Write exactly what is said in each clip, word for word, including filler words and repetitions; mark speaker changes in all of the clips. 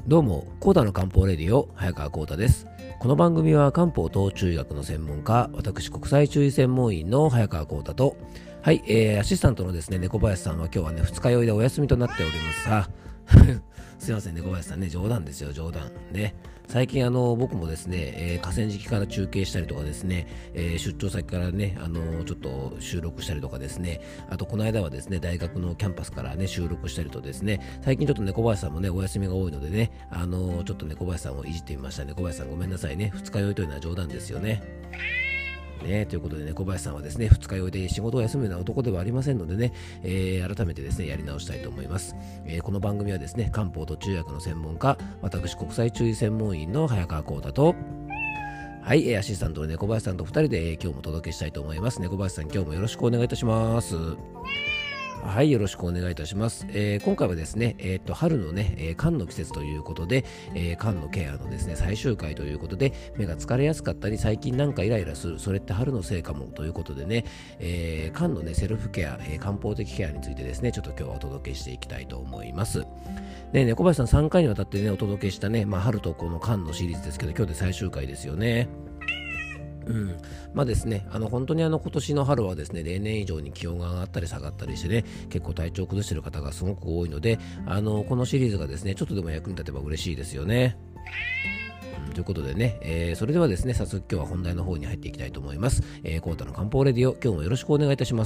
Speaker 1: どうも、コータの漢方レディオ、早川コータです。この番組は漢方と中医学の専門家、私国際中医専門医の早川コータと、はい、えー、アシスタントのですね、猫林さんは今日はね、二日酔いでお休みとなっておりますさ。すいません、猫林さんね、冗談ですよ、冗談。ね。最近あの、僕もですね、えー、河川敷から中継したりとかですね、えー、出張先からね、あの、ちょっと収録したりとかですね、あとこの間はですね、大学のキャンパスからね、収録したりとですね、最近ちょっと猫林さんもね、お休みが多いのでね、あの、ちょっと猫林さんをいじってみました。猫林さんごめんなさいね、二日酔いというのは冗談ですよね。ね、ということで猫林さんはですね、二日酔いで仕事を休むような男ではありませんのでね、えー、改めてですね、やり直したいと思います。えー、この番組はですね、漢方と中薬の専門家、私国際中医専門員の早川浩太と、はい、アシスタントの猫林さんとふたりで、えー、今日もお届けしたいと思います。猫林さん、今日もよろしくお願いいたします。はい、よろしくお願いいたします。えー、今回はですね、えー、っと春のね、えー、肝の季節ということで、えー、肝のケアのですね最終回ということで、目が疲れやすかったり最近なんかイライラする、それって春のせいかもということでね、えー、肝のねセルフケア、えー、漢方的ケアについてですね、ちょっと今日はお届けしていきたいと思います。で、猫林さんさんかいにわたってねお届けしたね、まあ、春とこの肝のシリーズですけど、今日で最終回ですよね。うん、まあですね、あの本当にあの今年の春はですね、例年以上に気温が上がったり下がったりしてね、結構体調を崩している方がすごく多いので、あのこのシリーズがですね、ちょっとでも役に立てば嬉しいですよね。うん、ということでね、えー、それではですね、早速今日は本題の方に入っていきたいと思います。えー、コータの漢方レディオ、今日もよろしくお願いいたします。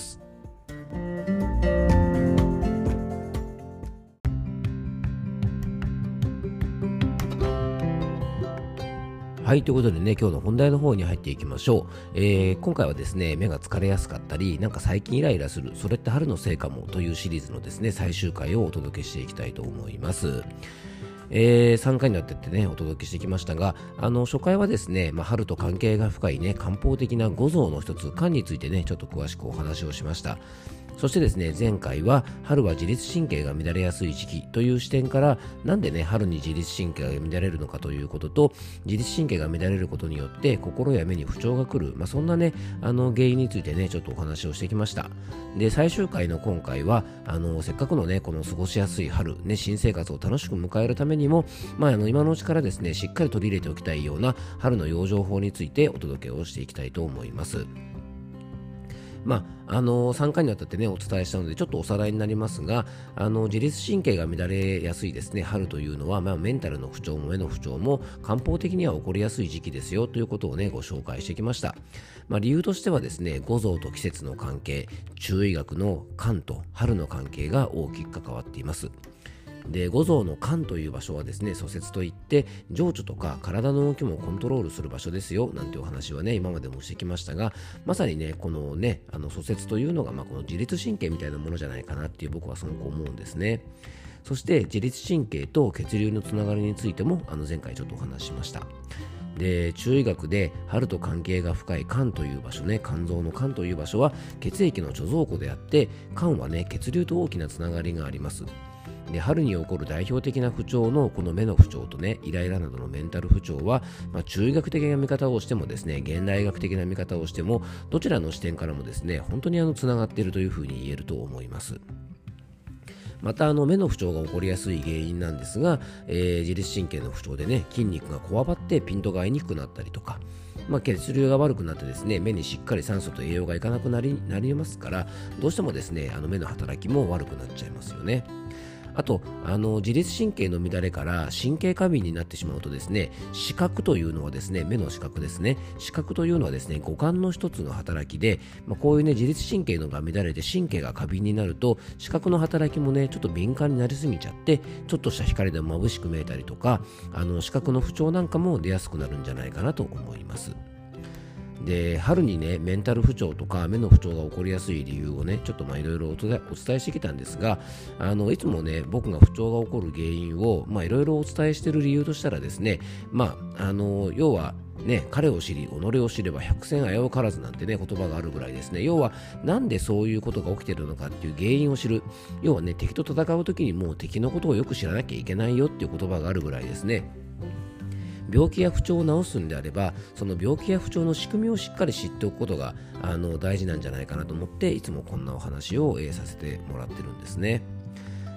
Speaker 1: はい、ということでね、今日の本題の方に入っていきましょう。えー、今回はですね、目が疲れやすかったり、なんか最近イライラする、それって春のせいかもというシリーズのですね、最終回をお届けしていきたいと思います。えー、さんかいにわたってね、お届けしてきましたが、あの、初回はですね、まあ、春と関係が深いね、漢方的な五臓の一つ、肝についてね、ちょっと詳しくお話をしました。そしてですね、前回は春は自律神経が乱れやすい時期という視点から、なんでね、春に自律神経が乱れるのかということと、自律神経が乱れることによって心や目に不調が来る、まあ、そんなね、あの原因についてね、ちょっとお話をしてきました。で、最終回の今回は、あのせっかくのね、この過ごしやすい春、ね、新生活を楽しく迎えるためにも、まあ、あの今のうちからですね、しっかり取り入れておきたいような春の養生法についてお届けをしていきたいと思います。まああのさんかいにわたってねお伝えしたのでちょっとおさらいになりますが、あの自律神経が乱れやすいですね春というのは、まあ、メンタルの不調も目の不調も漢方的には起こりやすい時期ですよということをねご紹介してきました。まあ、理由としてはですね、五臓と季節の関係、中医学の肝と春の関係が大きく関わっています。で、五臓の肝という場所はですね、蘇節といって情緒とか体の動きもコントロールする場所ですよなんてお話はね今までもしてきましたが、まさにねこのねあの蘇節というのが、まあ、この自律神経みたいなものじゃないかなっていう僕はすごく思うんですね。そして自律神経と血流のつながりについてもあの前回ちょっとお話ししました。で、中医学で春と関係が深い肝という場所ね、肝臓の肝という場所は血液の貯蔵庫であって、肝はね血流と大きなつながりがあります。で、春に起こる代表的な不調のこの目の不調とねイライラなどのメンタル不調は、まあ、中医学的な見方をしてもですね、現代医学的な見方をしても、どちらの視点からもですね本当にあのつながっているというふうに言えると思います。またあの目の不調が起こりやすい原因なんですが、えー、自律神経の不調でね筋肉がこわばってピントが合いにくくなったりとか、まあ、血流が悪くなってですね目にしっかり酸素と栄養がいかなくなり、なりますから、どうしてもですねあの目の働きも悪くなっちゃいますよね。あと、あの自律神経の乱れから神経過敏になってしまうとですね、視覚というのはですね、目の視覚ですね、視覚というのはですね五感の一つの働きで、まあ、こういうね自律神経のが乱れて神経が過敏になると、視覚の働きもねちょっと敏感になりすぎちゃって、ちょっとした光でも眩しく見えたりとか、あの視覚の不調なんかも出やすくなるんじゃないかなと思います。で、春にねメンタル不調とか目の不調が起こりやすい理由をねちょっとまあいろいろお伝えしてきたんですが、あのいつもね僕が不調が起こる原因をまあいろいろお伝えしている理由としたらですね、まああの要はね、彼を知り己を知れば百戦危うからずなんてね言葉があるぐらいですね。要はなんでそういうことが起きているのかっていう原因を知る、要はね敵と戦う時にもう敵のことをよく知らなきゃいけないよっていう言葉があるぐらいですね。病気や不調を治すんであれば、その病気や不調の仕組みをしっかり知っておくことがあの大事なんじゃないかなと思って、いつもこんなお話を、えーさせてもらってるんですね。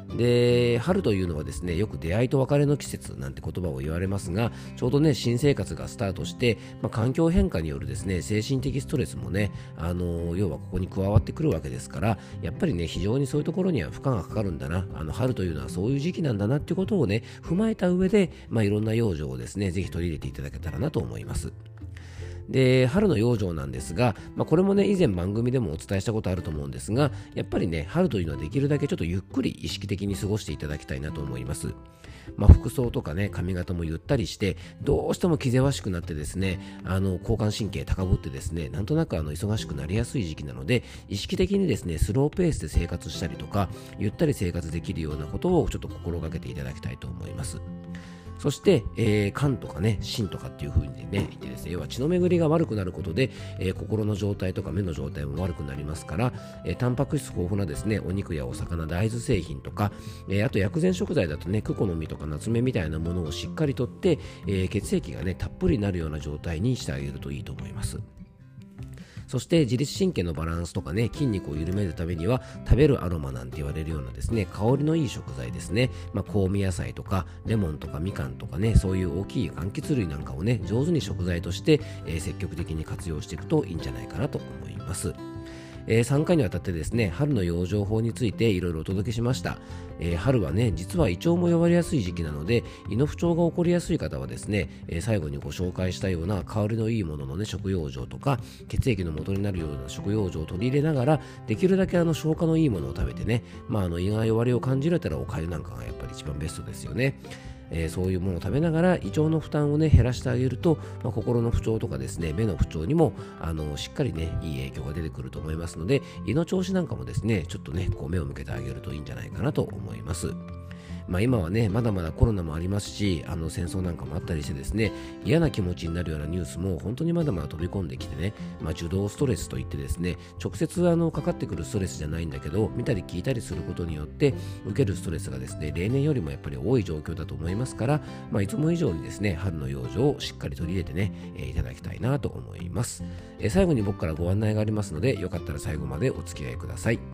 Speaker 1: で、春というのはですね、よく出会いと別れの季節なんて言葉を言われますが、ちょうどね、新生活がスタートして、まあ、環境変化によるですね、精神的ストレスもね、あの要はここに加わってくるわけですから、やっぱりね、非常にそういうところには負荷がかかるんだな、あの春というのはそういう時期なんだなっていうことをね、踏まえた上で、まあ、いろんな養生をですね、ぜひ取り入れていただけたらなと思います。で、春の養生なんですが、まあ、これもね、以前番組でもお伝えしたことあると思うんですが、やっぱりね、春というのはできるだけちょっとゆっくり意識的に過ごしていただきたいなと思います。まあ、服装とかね、髪型もゆったりして、どうしても気ぜわしくなってですね、あの交感神経高ぶってですね、なんとなくあの忙しくなりやすい時期なので、意識的にですね、スローペースで生活したりとか、ゆったり生活できるようなことをちょっと心がけていただきたいと思います。そして、えー、肝とかね、心とかっていう風にね、言ってですね、要は血の巡りが悪くなることで、えー、心の状態とか目の状態も悪くなりますから、えー、タンパク質豊富なですね、お肉やお魚、大豆製品とか、えー、あと薬膳食材だとね、クコの実とかナツメみたいなものをしっかりとって、えー、血液がね、たっぷりになるような状態にしてあげるといいと思います。そして自律神経のバランスとかね、筋肉を緩めるためには、食べるアロマなんて言われるようなですね、香りのいい食材ですね、まあ、香味野菜とかレモンとかみかんとかね、そういう大きい柑橘類なんかをね、上手に食材として、えー、積極的に活用していくといいんじゃないかなと思います。えー、さんかいにわたってですね、春の養生法についていろいろお届けしました。えー、春はね、実は胃腸も弱りやすい時期なので、胃の不調が起こりやすい方はですね、えー、最後にご紹介したような香りのいいもののね、食養生とか血液の元になるような食養生を取り入れながら、できるだけあの消化のいいものを食べてね、まあ、あの胃が弱りを感じられたらお粥なんかがやっぱり一番ベストですよね。えー、そういうものを食べながら胃腸の負担をね減らしてあげると、まあ、心の不調とかですね、目の不調にもあのしっかりねいい影響が出てくると思いますので、胃の調子なんかもですねちょっとねこう目を向けてあげるといいんじゃないかなと思います。まあ、今はねまだまだコロナもありますし、あの戦争なんかもあったりしてですね、嫌な気持ちになるようなニュースも本当にまだまだ飛び込んできてね、まあ、受動ストレスといってですね、直接あのかかってくるストレスじゃないんだけど、見たり聞いたりすることによって受けるストレスがですね例年よりもやっぱり多い状況だと思いますから、まあ、いつも以上にですね春の養生をしっかり取り入れてね、えー、いただきたいなと思います。えー、最後に僕からご案内がありますので、よかったら最後までお付き合いください。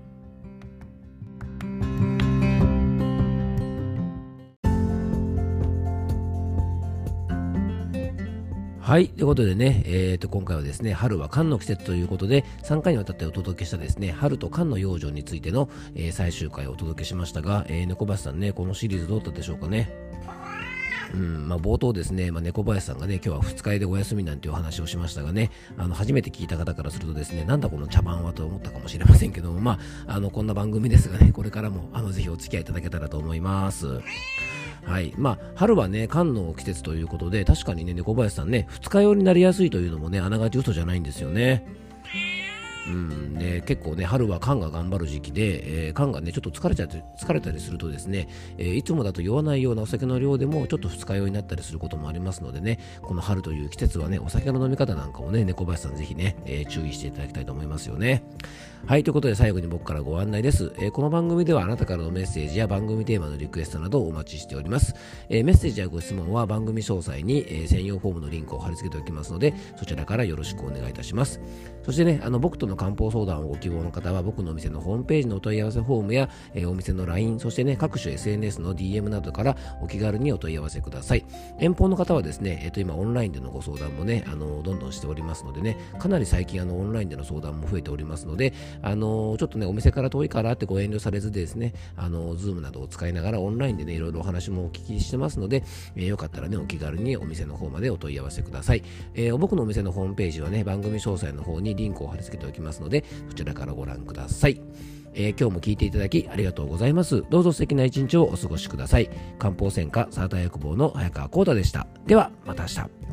Speaker 1: はい。ということでね、えーと、今回はですね、春は肝の季節ということで、さんかいにわたってお届けしたですね、春と肝の養生についての、えー、最終回をお届けしましたが、えー、猫林さんね、このシリーズどうだったでしょうかね。うんまあ、冒頭ですね、まあ、猫林さんがね、今日は二日酔いでお休みなんていうお話をしましたがね、あの初めて聞いた方からするとですね、なんだこの茶番はと思ったかもしれませんけども、まあ、あのこんな番組ですがね、これからもあのぜひお付き合いいただけたらと思います。はい。まあ、春はね、肝の季節ということで、確かにね、猫林さんね、二日酔いになりやすいというのもね、あながち嘘じゃないんですよね。うんね、結構ね、春は肝が頑張る時期で、えー、肝がね、ちょっと疲れちゃって疲れたりするとですね、えー、いつもだと酔わないようなお酒の量でもちょっと二日酔いになったりすることもありますのでね、この春という季節はね、お酒の飲み方なんかをね、猫林さんぜひね、えー、注意していただきたいと思いますよね。はい、ということで最後に僕からご案内です。えー、この番組ではあなたからのメッセージや番組テーマのリクエストなどをお待ちしております。えー、メッセージやご質問は番組詳細に、えー、専用フォームのリンクを貼り付けておきますので、そちらからよろしくお願いいたします。そしてね、あの僕との漢方相談をご希望の方は、僕のお店のホームページのお問い合わせフォームや、えー、お店の ライン、そしてね、各種 エスエヌエス の ディーエム などからお気軽にお問い合わせください。遠方の方はですね、えー、と今オンラインでのご相談もね、あのどんどんしておりますのでね、かなり最近あのオンラインでの相談も増えておりますので、あのちょっとね、お店から遠いからってご遠慮されずですね、あの Zoom などを使いながらオンラインでね、いろいろお話もお聞きしてますので、えー、よかったらね、お気軽にお店の方までお問い合わせください。えー、僕のお店のホームページはね、番組詳細の方にリンクを貼り付けておきますので、そちらからご覧ください。えー、今日も聞いていただきありがとうございます。どうぞ素敵な一日をお過ごしください。漢方専科サーター薬房の早川浩太でした。ではまた明日。